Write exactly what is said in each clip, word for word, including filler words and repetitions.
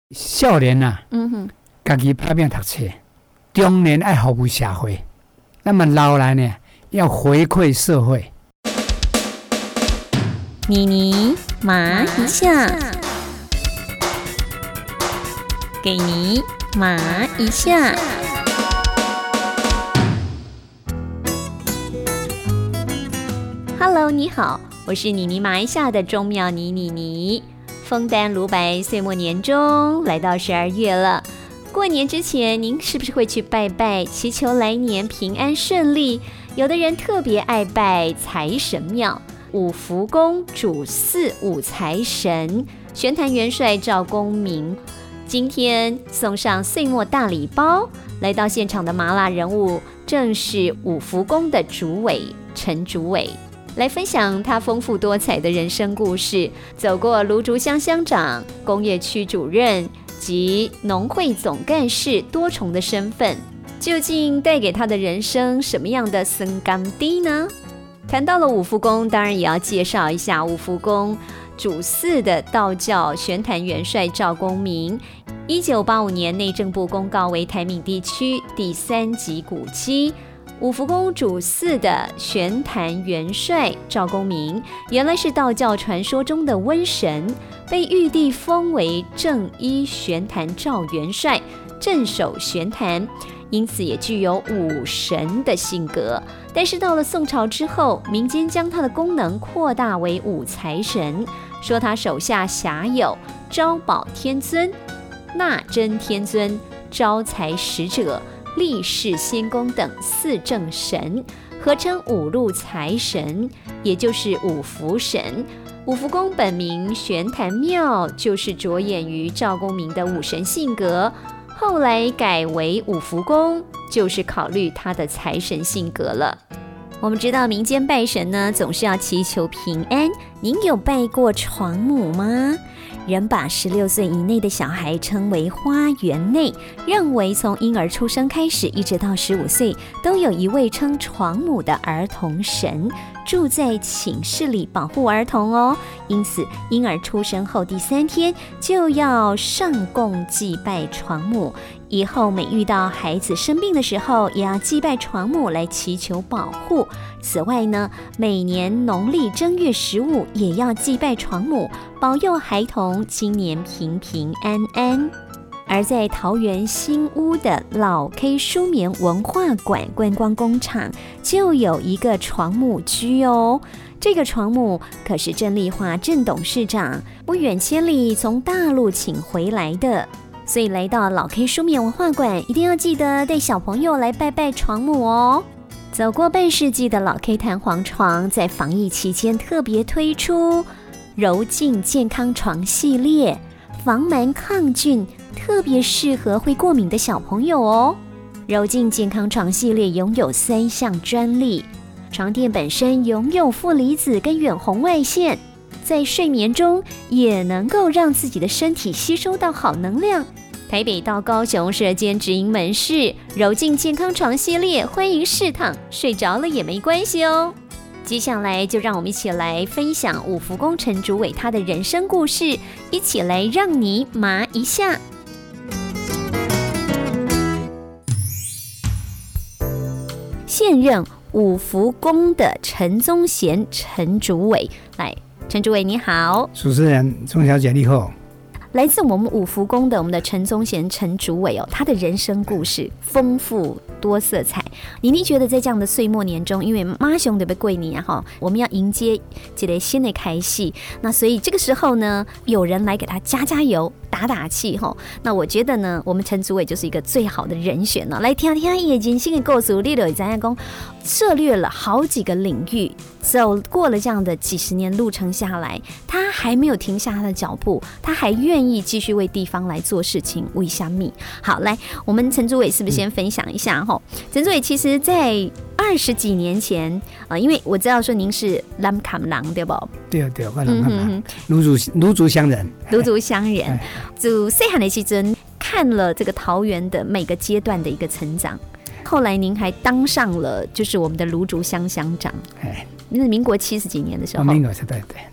少年啊， 嗯哼， 家己拼命读册，中年爱服务社会，那么老来呢，要回馈社会。 妮妮麻一下，给你麻一下。Hello， 你好，我是妮妮麻一下的钟妙妮妮妮。枫丹芦白，岁末年终，来到十二月了。过年之前，您是不是会去拜拜，祈求来年平安顺利？有的人特别爱拜财神庙，五福宫主祀五财神，玄坛元帅赵公明。今天送上岁末大礼包，来到现场的麻辣人物正是五福宫的主委陈主委，来分享他丰富多彩的人生故事，走过芦竹乡乡长、工业区主任及农会总干事多重的身份，究竟带给他的人生什么样的酸甘低呢？谈到了五福宫，当然也要介绍一下五福宫主祀的道教玄坛元帅赵公明。一九八五年内政部公告为台闽地区第三级古迹。五福宫主祀的玄坛元帅赵公明，原来是道教传说中的瘟神，被玉帝封为正一玄坛赵元帅，镇守玄坛，因此也具有武神的性格。但是到了宋朝之后，民间将他的功能扩大为五财神，说他手下辖有招宝天尊、纳真天尊、招财使者、历世仙公等四正神，合称五路财神，也就是五福神。五福宫本名玄坛庙，就是着眼于赵公明的武神性格，后来改为五福宫，就是考虑他的财神性格了。我们知道民间拜神呢，总是要祈求平安。您有拜过床母吗？人把十六岁以内的小孩称为花园内，认为从婴儿出生开始一直到十五岁，都有一位称床母的儿童神住在寝室里保护儿童哦。因此婴儿出生后第三天就要上供祭拜床母，以后每遇到孩子生病的时候，也要祭拜床母来祈求保护。此外呢，每年农历正月十五也要祭拜床母，保佑孩童今年平平安安。而在桃园新屋的老 K 舒眠文化馆观光工厂，就有一个床母居哦。这个床母可是郑丽华郑董事长不远千里从大陆请回来的，所以来到老 K 舒眠文化馆，一定要记得带小朋友来拜拜床母哦。走过半世纪的老 K 弹簧床，在防疫期间特别推出柔净健康床系列，防螨抗菌，特别适合会过敏的小朋友哦。柔净健康床系列拥有三项专利，床垫本身拥有负离子跟远红外线，在睡眠中也能够让自己的身体吸收到好能量。台北到高雄十二间直营门市，柔净健康床系列，欢迎试躺，睡着了也没关系哦。接下来就让我们一起来分享五福宫陈主委他的人生故事，一起来让你麻一下。现任五福宫的陈宗贤陈主委，来，陈主委你好。 主持人钟小姐你好。 来自我们五福宫的我们的陈宗贤陈主委哦，他的人生故事丰富多色彩。妮妮觉得在这样的岁末年中，因为马上就要过年哈，我们要迎接这个新的开始，那所以这个时候呢，有人来给他加加油、打打气哈。那我觉得呢，我们陈主委就是一个最好的人选呢。来听听他人生的故事，你就会知道涉猎了好几个领域，走过了这样的几十年路程下来，他还没有停下他的脚步，他还愿意继续为地方来做事情，为虾米。好，来，我们陈主委是不是先分享一下哈？陈主委其实在二十几年前，呃，因为我知道说您是南坎人对不？ 对对，我南坎人，芦竹芦竹乡人， 芦竹乡人，就细汉的时阵看了这个桃园的每个阶段的一个成长。后来您还当上了就是我们的芦竹乡乡长，那是民国七十几年的时候。 民国对对对。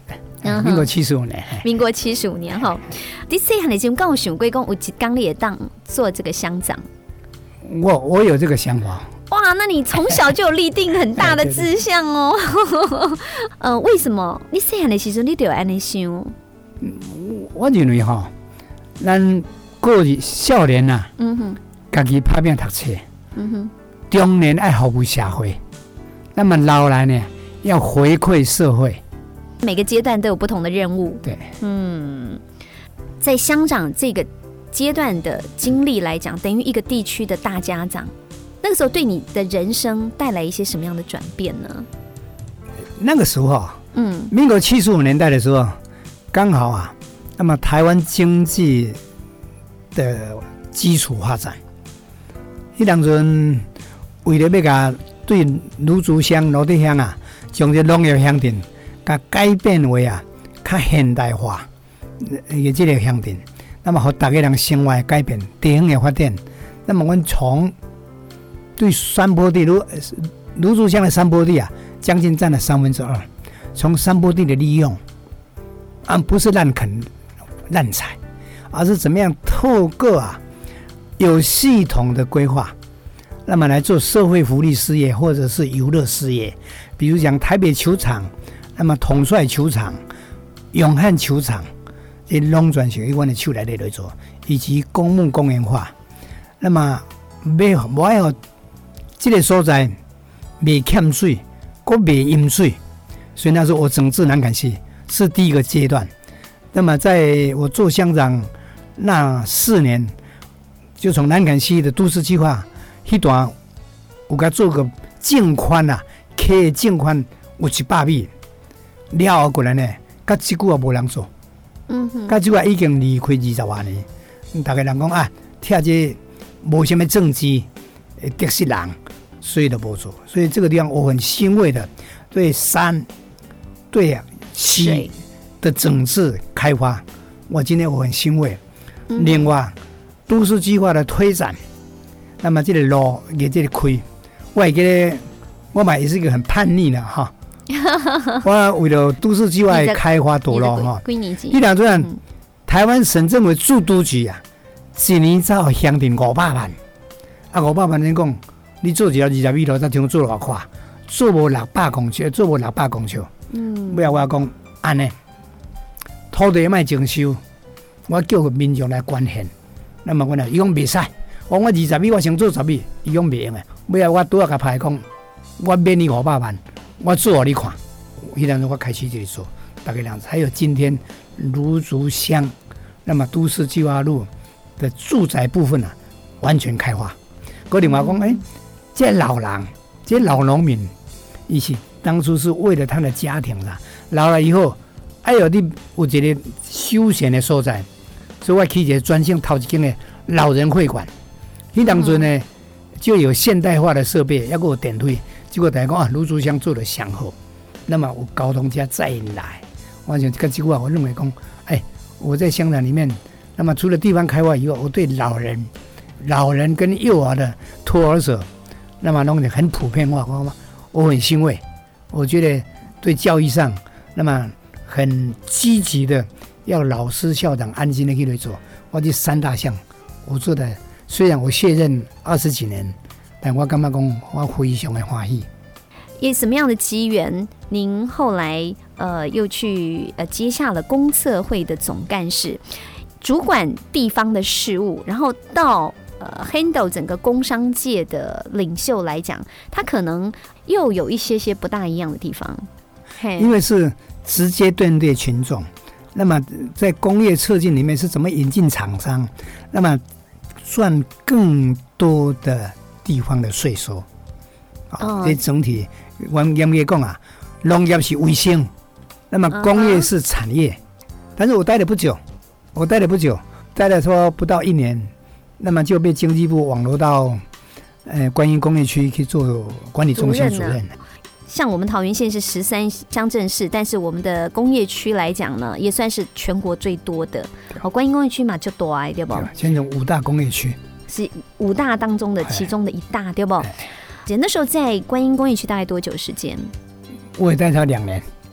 嗯、 民国七十五年。 民国七十五年哈，你细汉的时候，跟我想过讲有一天你也当做这个乡长。 我我有这个想法。 哇，那你从小就有立定很大的志向哦。呃，为什么你细汉的时候你就有安尼想？ 我认为哈，咱过去少年啊，嗯哼，家己打拼读册，嗯哼，中年爱服务社会，那么老来呢要回馈社会。 每个阶段都有不同的任务。 对， 嗯，在乡长这个阶段的经历来讲，等于一个地区的大家长。那个时候对你的人生带来一些什么样的转变呢？ 那个时候，嗯，民国七十五年代的时候，刚好啊，那么台湾经济的基础发展，迄当阵为了要甲对芦竹乡、罗地乡啊，将这农业乡镇甲改变为啊较现代化的这个乡镇，那么和大家人生活的改变、地方的发展，那么我们从对山坡地芦芦竹乡的山坡地啊，将近占了三分之二。从山坡地的利用，啊，不是滥垦滥采，而是怎么样透过啊有系统的规划，那么来做社会福利事业或者是游乐事业。比如讲台北球场，那么统帅球场、永汉球场，这拢全是由我的手来来做，以及公墓公园化。那么要无爱这个所在未欠水，ក៏未淹水，所以那时候我整治南崁溪是第一个阶段。那么在我做乡长那四年，就从南崁溪的都市计划那段，有甲做个净宽啊，溪的净宽有一百米，了后过来呢，甲这句也无人做，嗯哼，甲这句已经离开二十多年，大家人讲啊，听这无什么政绩。得失人，所以都不做，所以这个地方我很欣慰的，对山、对溪的整治开发，我今天我很欣慰。嗯、另外，都市计划的推展，那么这个路也这里开，我也觉得我嘛也是一个很叛逆的哈。我为了都市计划的开发道路哈，你当然台湾省政府驻都局啊，一年才有乡镇五百万。啊，五百万人讲，你做一条二十米路，才听做偌快，做无六百公尺，做无六百公尺。嗯，尾后我讲安尼，土地卖征收，我叫民众来捐献。那么我呢，伊讲袂使，我我二十米我先做十米，伊讲袂用诶。尾后我拄啊甲拍讲，我免你五百万，我做互你看。迄阵我开始这里做，大概两次。还有今天芦竹乡，那么都市计划路的住宅部分啊，完全开发。个另外讲，哎、欸，这老人，这老农民，伊是当初是为了他的家庭啦，老了以后，哎呦，你有一个休闲的所在，所以我起一个专项头一间的老人会馆。迄当阵呢，就有现代化的设备，要给我电梯。结果大家讲啊，芦竹乡做得上好，那么有交通车再来，我想这个计划，我认为讲，哎，我在乡长里面，那么除了地方开发以外，我对老人。老人跟幼儿的托儿所，那么弄得很普遍化，我很欣慰。我觉得对教育上，那么很积极的，要老师校长安心的去来做。我这三大项，我做的虽然我卸任二十几年，但我感觉讲我非常的欢喜。 以什么样的机缘，您后来呃又去呃接下了公测会的总干事，主管地方的事务，然后到。呃 handle 整个工商界的领袖来讲，他可能又有一些些不大一样的地方， 因为是直接对对群众。那么在工业策进里面是怎么引进厂商，那么赚更多的地方的税收。哦，这整体我们严格讲啊，农业是卫生，那么工业是产业。Uh-huh. 但是我待了不久，我待了不久，待了说不到一年。那么就被经济部网罗到，呃，观音工业区去做管理中心主任。 像我们桃园县是十三乡镇市，但是我们的工业区来讲呢，也算是全国最多的。好，观音工业区嘛就多哎，对不？ 现在五大工业区是五大当中的其中的一大，对不？那时候在观音工业区大概多久时间？ 我也待他两年。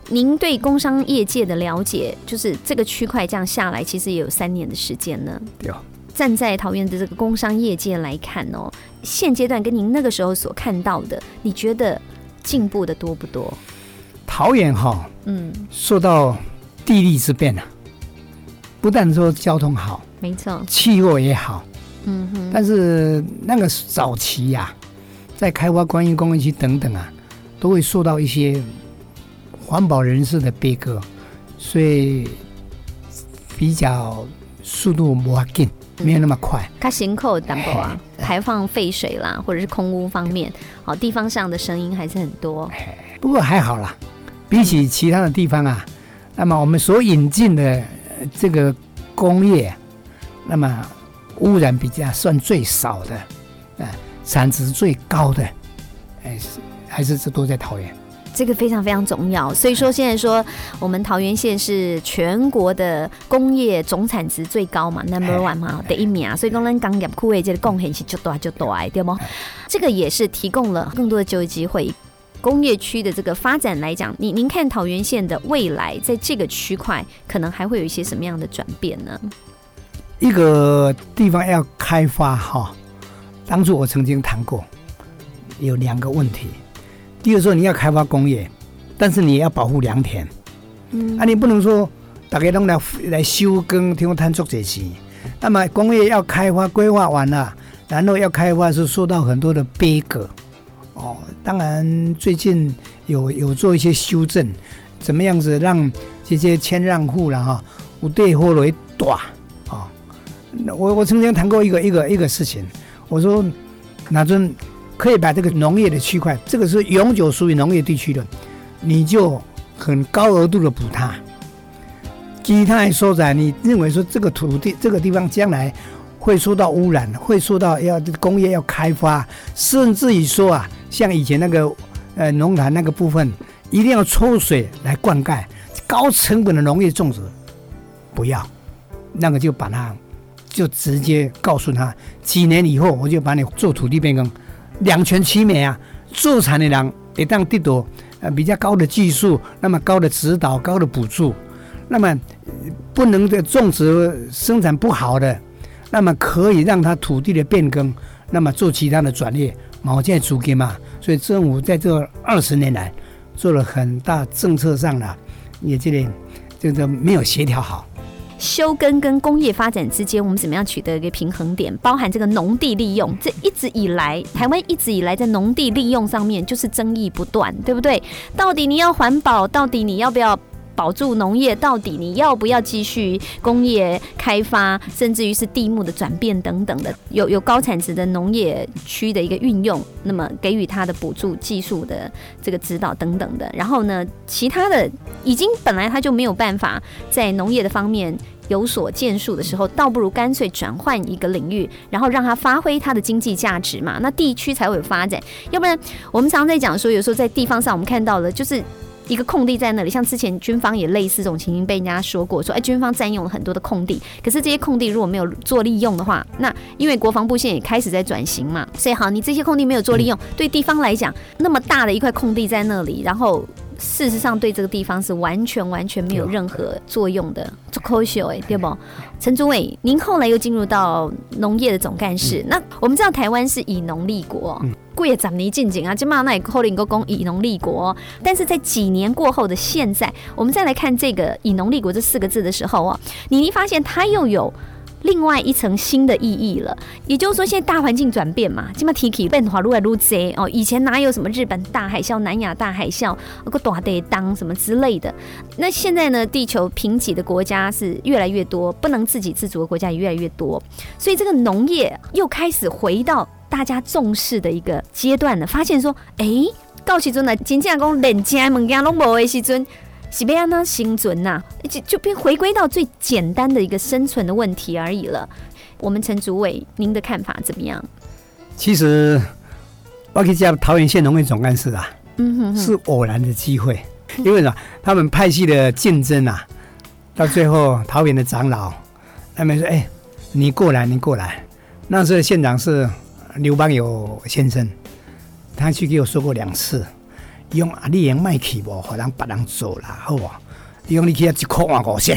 您对工商业界的了解，就是这个区块这样下来，其实也有三年的时间呢。 对。 站在桃园的这个工商业界来看哦，现阶段跟您那个时候所看到的，你觉得进步的多不多？ 桃园哈，嗯，受到地利之便啊，不但说交通好， 没错， 气候也好， 嗯哼， 但是那个早期呀、啊，在开发观音工业区等等啊，都会受到一些环保人士的逼迫，所以比较速度没法紧。没有那么快， 它行口淡薄啊，排放废水啦，或者是空污方面，好，地方上的声音还是很多。 不过还好啦，比起其他的地方啊，那么我们所引进的这个工业，那么污染比较算最少的，呃，产值最高的，哎，还是都在桃园。 这个非常非常重要，所以说现在说我们桃园县是全国的工业总产值最高嘛 ，number one 嘛，第一名啊，所以讲咱工业区的这个贡献是就大就大，对不？这个也是提供了更多的就业机会。工业区的这个发展来讲，您您看桃园县的未来在这个区块可能还会有一些什么样的转变呢？ 一个地方要开发哈，当初我曾经谈过，有两个问题。第二说你要开发工业，但是你也要保护良田，嗯，啊，你不能说大家都来来收耕，听说摊足这钱。那么工业要开发规划完了，然后要开发是受到很多的逼迫，哦，当然最近有有做一些修正，怎么样子让这些谦让户了哈，有对或为大，哦，我我曾经谈过一个一个一个事情，我说哪尊。可以把这个农业的区块，这个是永久属于农业地区的，你就很高额度的补它。其他的所在，你认为说这个土地这个地方将来会受到污染，会受到要工业要开发，甚至于说啊，像以前那个呃农坛那个部分，一定要抽水来灌溉，高成本的农业种植不要，那个就把它就直接告诉他，几年以后我就把你做土地变更。两全其美啊！助产的人会当得到呃比较高的技术，那么高的指导、高的补助，那么不能的种植生产不好的，那么可以让它土地的变更，那么做其他的转业，毛在租金嘛。所以政府在这二十年来做了很大政策上的，也这里这个没有协调好。 休耕跟工业发展之间，我们怎么样取得一个平衡点？包含这个农地利用，这一直以来，台湾一直以来在农地利用上面就是争议不断，对不对？到底你要环保，到底你要不要保住农业，到底你要不要继续工业开发，甚至于是地目的转变等等的，有有高产值的农业区的一个运用，那么给予它的补助、技术的这个指导等等的。然后呢，其他的已经本来它就没有办法在农业的方面有所建树的时候，倒不如干脆转换一个领域，然后让它发挥它的经济价值嘛，那地区才会有发展。要不然我们常常在讲说，有时候在地方上我们看到了就是一个空地在那里，像之前军方也类似这种情形被人家说过，说哎，军方占用了很多的空地，可是这些空地如果没有做利用的话，那因为国防部现在也开始在转型嘛，所以好，你这些空地没有做利用，对地方来讲，那么大的一块空地在那里，然后事实上对这个地方是完全完全没有任何作用的，做可惜哎，对不？陈主委，您后来又进入到农业的总干事，嗯、那我们知道台湾是以农立国。嗯过也十年进前啊，今嘛那也可能够讲以农立国，但是在几年过后的现在，我们再来看这个以农立国这四个字的时候啊，你会发现它又有另外一层新的意义了。也就是说，现在大环境转变嘛，今嘛天气变化越来越多哦。以前哪有什么日本大海啸、南亚大海啸、个大地当什么之类的？那现在呢，地球贫瘠的国家是越来越多，不能自给自足的国家也越来越多，所以这个农业又开始回到大家重视的一个阶段了，发现说，哎、欸，到时阵啊，真正讲连这物件拢无的时阵，是要安怎生存呐、啊？就就变回归到最简单的一个生存的问题而已了。我们陈主委，您的看法怎么样？ 其实我去加桃园县农业总干事啊， 嗯哼哼， 是偶然的机会，因为呢，他们派系的竞争啊，到最后桃园的长老他们说，哎、欸，你过来，你过来。那时候县长是刘邦友先生，他去给我说过两次， 伊讲啊，你用卖去无，互人别人做啦，好无？伊讲你去啊一块换五仙。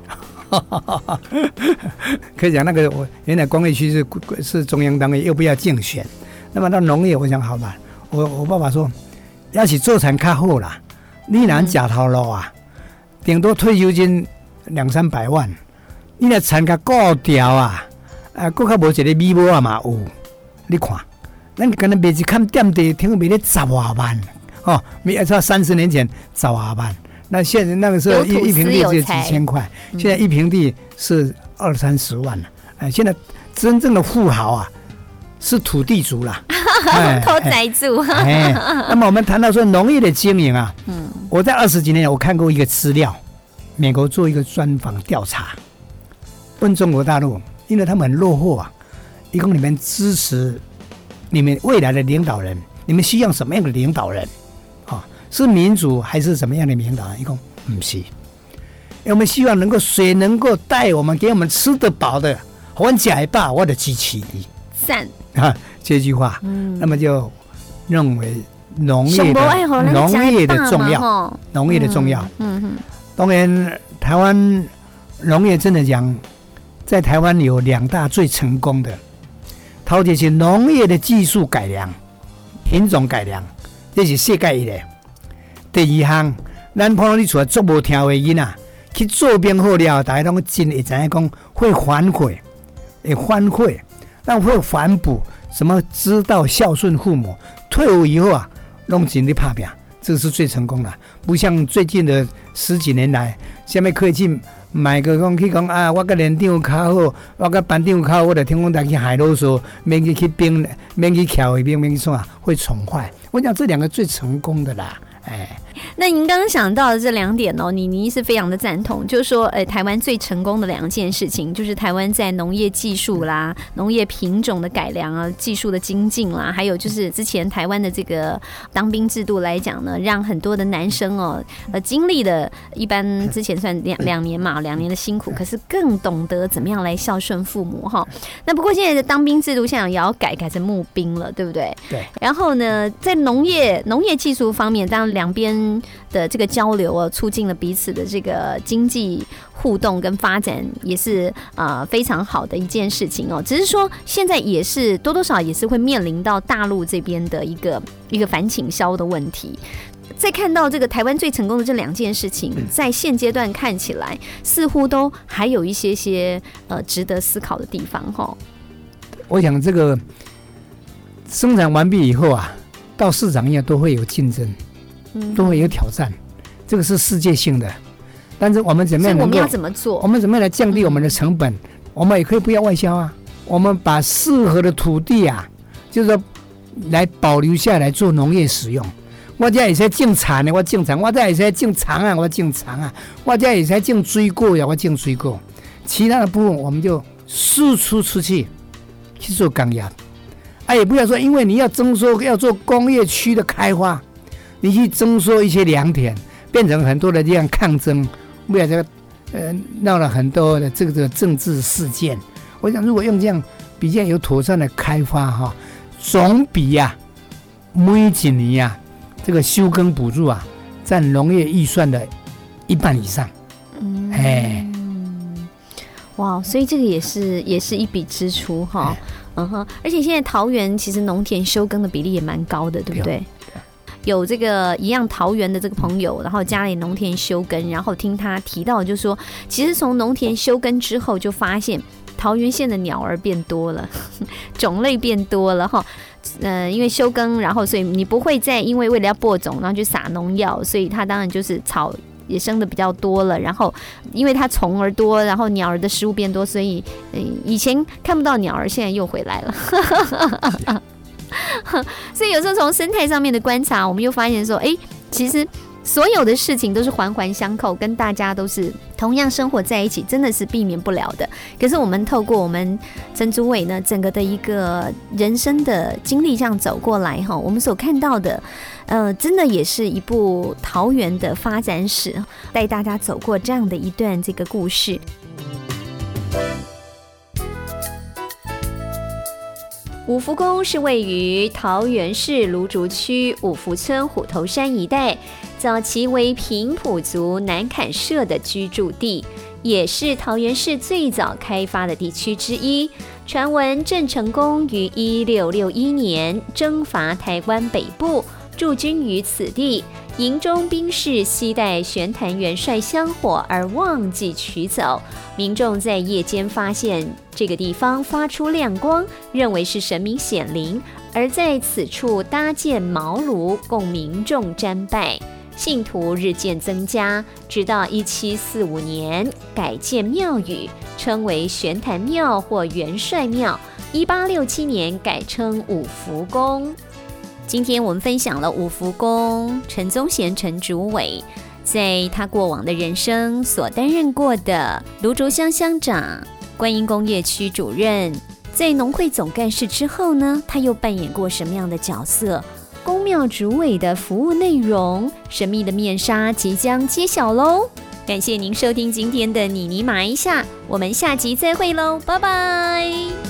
可以讲那个我原来工业区是是中央单位，又不要竞选。那么到农业，我想好吧，我我爸爸说，要是做产较好啦，你若食头路啊，顶多退休金两三百万，你若产较高调啊，啊，搁较无一个米毛啊嘛有，你看，咱刚才卖一间店地，听卖咧十外万，哦，没差三十年前十外万。那现在那个时候一一平地就几千块，嗯、现在一平地是二三十万了。哎，现在真正的富豪啊，是土地族啦， 土宅族。 哎，那么我们谈到说农业的经营啊，嗯，我在二十几年我看过一个资料，美国做一个专访调查，问中国大陆，因为他们很落后啊，一共你们支持你们未来的领导人，你们需要什么样的领导人？是民主还是什么样的领导人？一共不是，我们希望能够谁能够带我们，给我们吃得饱的，我吃得饱，我的支持你。 赞啊，这句话，嗯，那么就认为农业的农业的重要，农业的重要。嗯嗯，当然，台湾农业真的讲，在台湾有两大最成功的，头就是农业的技术改良、品种改良，这是世界一的。第二项，咱普通你除了做无听话囡仔，去做变好了，大家拢真会知影讲会反悔，会反悔，但会反哺，什么知道孝顺父母，退伍以后啊，拢真的拍拼，这是最成功的。不像最近的十几年来，下面可以去买个讲去讲啊，我个连长较好，我个班长较好，我就听讲大去海啰嗦，免去去兵，免去撬一兵，免去说啊，会宠坏。我讲这两个最成功的啦。哎， 那您刚刚想到的这两点哦，你你是非常的赞同，就是说，呃，台湾最成功的两件事情，就是台湾在农业技术啦、农业品种的改良啊、技术的精进啦，还有就是之前台湾的这个当兵制度来讲呢，让很多的男生哦，呃，经历了一般之前算两两年嘛，两年的辛苦，可是更懂得怎么样来孝顺父母哈。那不过现在的当兵制度现在也要改改成募兵了，对不对？ 对。 然后呢，在农业农业技术方面，当然两边的这个交流哦，促进了彼此的这个经济互动跟发展，也是呃非常好的一件事情哦。只是说现在也是多多少也是会面临到大陆这边的一个一个反倾销的问题。在看到这个台湾最成功的这两件事情，在现阶段看起来似乎都还有一些些呃值得思考的地方哈。 我想这个生产完毕以后啊，到市场业都会有竞争。都会有挑战，这个是世界性的。但是我们怎么样能够？ 我们要怎么做？ 我们怎么样来降低我们的成本？嗯、我们也可以不要外销啊。我们把适合的土地啊，就是说来保留下来做农业使用。我这也是种田的，我种田；我这也是种长啊，我种长啊；我这也是种水果呀，我种水果。其他的部分我们就输出出去去做工业。啊，也不要说因为你要征收要做工业区的开发。你去征收一些良田，变成很多的这样抗争，为了这个呃闹了很多的这个这个政治事件。我想，如果用这样比较有妥善的开发哈，总比呀、啊、每几年呀、啊、这个休耕补助啊占农业预算的一半以上。嗯，哎， 哇，所以这个也是也是一笔支出哈。嗯哼，而且现在桃园其实农田休耕的比例也蛮高的，对不对？有这个一样桃园的这个朋友，然后家里农田休耕，然后听他提到，就说其实从农田休耕之后，就发现桃园县的鸟儿变多了，种类变多了哈。呃，因为休耕，然后所以你不会再因为为了要播种，然后去撒农药，所以它当然就是草也生的比较多了。然后因为它虫儿多，然后鸟儿的食物变多，所以、呃、以前看不到鸟儿，现在又回来了。所以有时候从生态上面的观察，我们又发现说，哎，其实所有的事情都是环环相扣，跟大家都是同样生活在一起，真的是避免不了的。可是我们透过我们陈主委呢，整个的一个人生的经历这样走过来哈，我们所看到的，呃，真的也是一部桃园的发展史，带大家走过这样的一段这个故事。 五福宫是位于桃园市芦竹区五福村虎头山一带，早期为平埔族南坎社的居住地，也是桃园市最早开发的地区之一。传闻郑成功于一六六一年征伐台湾北部，驻军于此地，营中兵士携带玄坛元帅香火而忘记取走，民众在夜间发现这个地方发出亮光，认为是神明显灵，而在此处搭建茅庐供民众瞻拜，信徒日渐增加，直到一七四五年改建庙宇，称为玄坛庙或元帅庙，一八六七年改称五福宫。今天我们分享了五福宫陈宗贤陈主委在他过往的人生所担任过的芦竹乡乡长、观音工业区主任，在农会总干事之后呢，他又扮演过什么样的角色？宫庙主委的服务内容，神秘的面纱即将揭晓喽！感谢您收听今天的你尼玛一下，我们下集再会喽，拜拜。